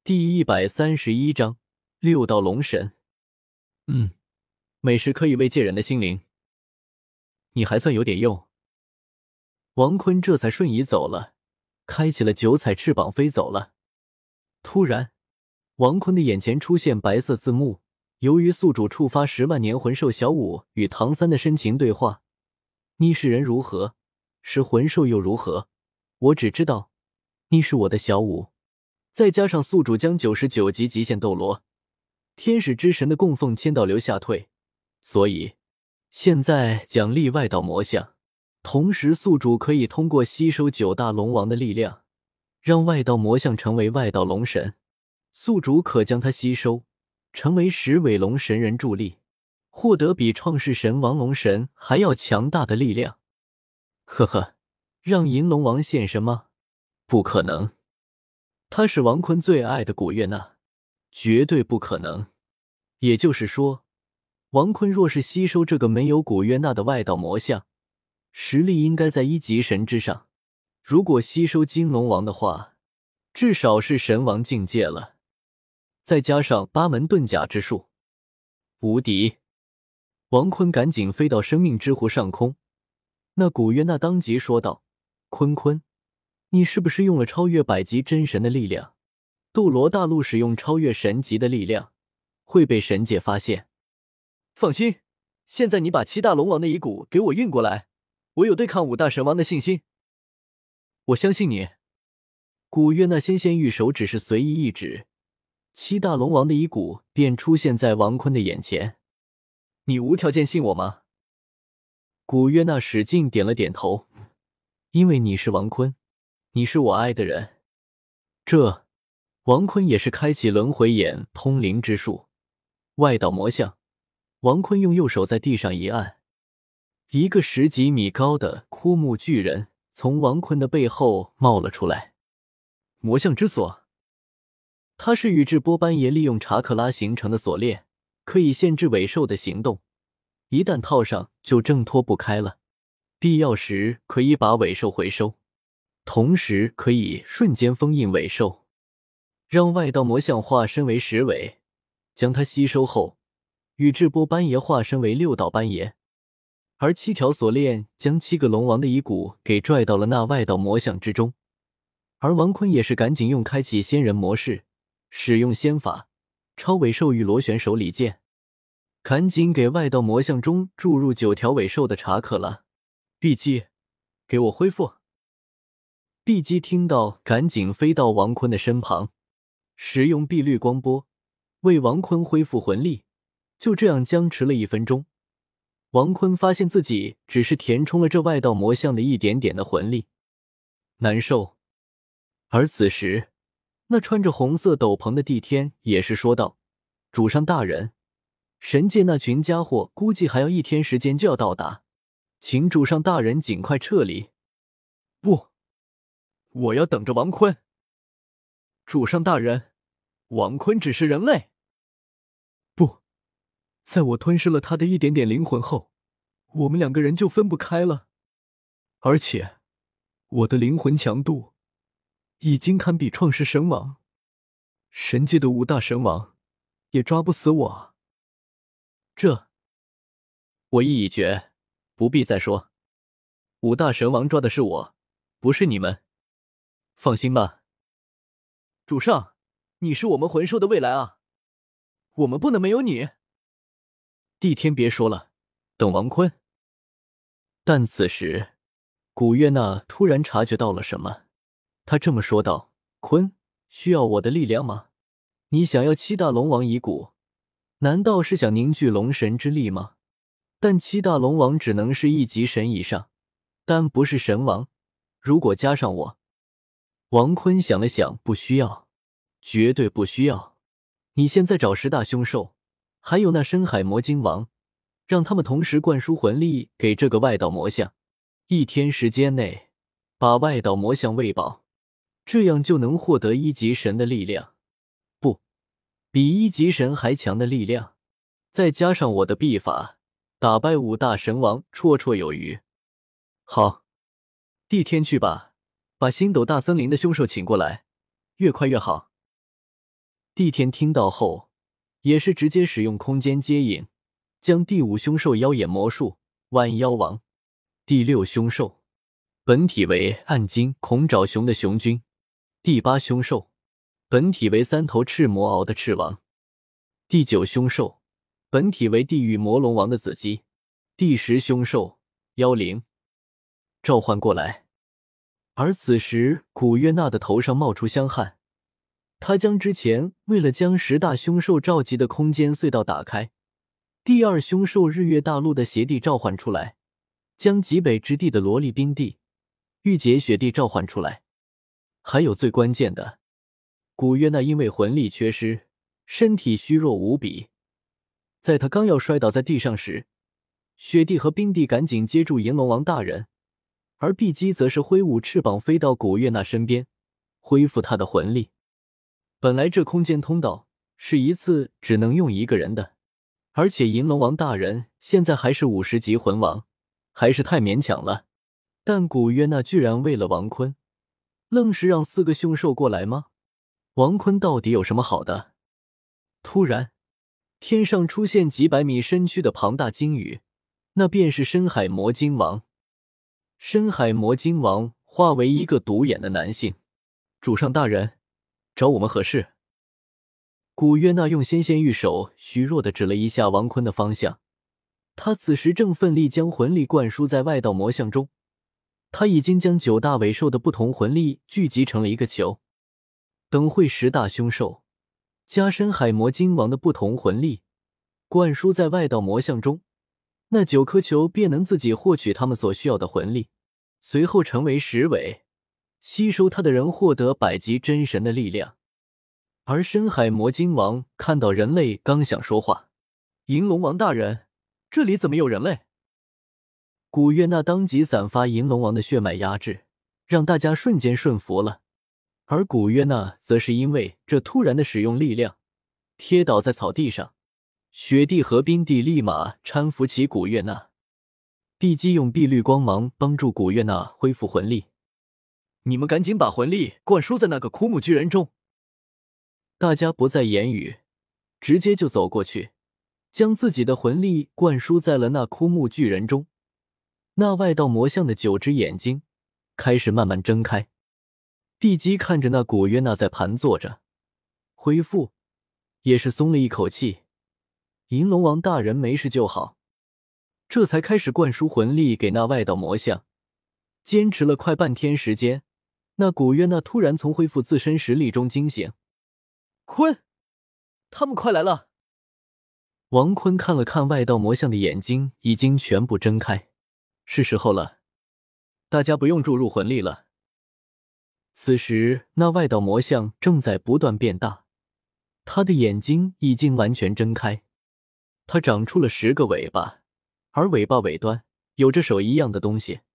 第131章六道龙神。美食可以慰藉人的心灵，你还算有点用。王坤这才瞬移走了，开启了九彩翅膀飞走了。突然，王坤的眼前出现白色字幕，由于宿主触发10万年魂兽小舞与唐三的深情对话，你是人如何，是魂兽又如何，我只知道你是我的小舞。再加上宿主将99级极限斗罗、天使之神的供奉签到流下退，所以现在奖励外道魔像。同时宿主可以通过吸收9大龙王的力量，让外道魔像成为外道龙神。宿主可将它吸收，成为10尾龙神人助力，获得比创世神王龙神还要强大的力量。呵呵，让银龙王现身吗？不可能。他是王坤最爱的古月娜，绝对不可能。也就是说，王坤若是吸收这个没有古月娜的外道魔像，实力应该在1级神之上。如果吸收金龙王的话，至少是神王境界了。再加上8门遁甲之术，无敌。王坤赶紧飞到生命之湖上空，那古月娜当即说道：坤坤，你是不是用了超越100级真神的力量？斗罗大陆使用超越神级的力量，会被神界发现。放心，现在你把7大龙王的遗骨给我运过来，我有对抗5大神王的信心。我相信你。古月那纤纤玉手只是随意一指，7大龙王的遗骨便出现在王坤的眼前。你无条件信我吗？古月那使劲点了点头，因为你是王坤，你是我爱的人。王坤也是开启轮回眼通灵之术，外道魔像。王坤用右手在地上一按，一个10几米高的枯木巨人从王坤的背后冒了出来。魔像之锁，它是宇智波斑爷利用查克拉形成的锁链，可以限制尾兽的行动，一旦套上就挣脱不开了，必要时可以把尾兽回收，同时可以瞬间封印尾兽，让外道魔像化身为10尾，将它吸收后，宇智波斑爷化身为6道斑爷，而7条锁链将7个龙王的遗骨给拽到了那外道魔像之中。而王坤也是赶紧用开启仙人模式，使用仙法超尾兽与螺旋手里剑，赶紧给外道魔像中注入9条尾兽的查克拉。碧姬，给我恢复。碧姬听到，赶紧飞到王坤的身旁，使用碧绿光波为王坤恢复魂力。就这样僵持了1分钟，王坤发现自己只是填充了这外道魔像的一点点的魂力，难受。而此时，那穿着红色斗篷的帝天也是说道：主上大人，神界那群家伙估计还要1天时间就要到达，请主上大人尽快撤离。不，我要等着王坤。主上大人，王坤只是人类。不，在我吞噬了他的一点点灵魂后，我们2个人就分不开了。而且，我的灵魂强度已经堪比创世神王，神界的5大神王也抓不死我啊！我意已决，不必再说。5大神王抓的是我，不是你们。放心吧。主上，你是我们魂兽的未来啊，我们不能没有你。帝天别说了，等王坤。但此时，古月娜突然察觉到了什么，他这么说道：坤，需要我的力量吗？你想要7大龙王遗骨，难道是想凝聚龙神之力吗？但7大龙王只能是1级神以上，但不是神王，如果加上我……王坤想了想，不需要，绝对不需要。你现在找10大凶兽，还有那深海魔晶王，让他们同时灌输魂力给这个外道魔像，1天时间内把外道魔像喂饱，这样就能获得1级神的力量，不，比1级神还强的力量，再加上我的秘法，打败5大神王绰绰有余。好，帝天去吧，把星斗大森林的凶兽请过来，越快越好。 帝天听到后，也是直接使用空间接引，将第5凶兽妖眼魔术万妖王。第6凶兽本体为暗金恐爪熊的雄君。第8凶兽本体为3头赤魔鳌的赤王。第9凶兽本体为地狱魔龙王的子姬。第10凶兽妖灵召唤过来。而此时古月娜的头上冒出香汗，他将之前为了将10大凶兽召集的空间隧道打开，第2凶兽日月大陆的邪帝召唤出来，将极北之地的萝莉冰帝、玉洁雪帝召唤出来。还有最关键的，古月娜因为魂力缺失，身体虚弱无比，在他刚要摔倒在地上时，雪帝和冰帝赶紧接住银龙王大人，而碧姬则是挥舞翅膀飞到古月娜身边，恢复她的魂力。本来这空间通道是一次只能用1个人的，而且银龙王大人现在还是50级魂王，还是太勉强了。但古月娜居然为了王坤，愣是让4个凶兽过来吗？王坤到底有什么好的？突然，天上出现几百米身躯的庞大鲸鱼，那便是深海魔鲸王。深海魔鲸王化为一个独眼的男性。主上大人，找我们何事？古月娜用纤纤玉手虚弱地指了一下王坤的方向，他此时正奋力将魂力灌输在外道魔像中，他已经将9大尾兽的不同魂力聚集成了一个球，等会10大凶兽加深海魔鲸王的不同魂力灌输在外道魔像中，那9颗球便能自己获取他们所需要的魂力，随后成为10尾，吸收它的人获得100级真神的力量。而深海魔鲸王看到人类刚想说话，银龙王大人，这里怎么有人类？古月娜当即散发银龙王的血脉压制，让大家瞬间顺服了。而古月娜则是因为这突然的使用力量，贴倒在草地上。雪帝和冰帝立马搀扶起古月娜，碧姬用碧绿光芒帮助古月娜恢复魂力。你们赶紧把魂力灌输在那个枯木巨人中。大家不再言语，直接就走过去，将自己的魂力灌输在了那枯木巨人中。那外道魔像的9只眼睛开始慢慢睁开。碧姬看着那古约娜在盘坐着，恢复也是松了一口气。银龙王大人没事就好，这才开始灌输魂力给那外道魔像。坚持了快半天时间，那古约娜突然从恢复自身实力中惊醒。坤，他们快来了！王坤看了看外道魔像的眼睛已经全部睁开，是时候了，大家不用注入魂力了。此时那外道魔像正在不断变大，他的眼睛已经完全睁开，他长出了10个尾巴，而尾巴尾端有着手一样的东西。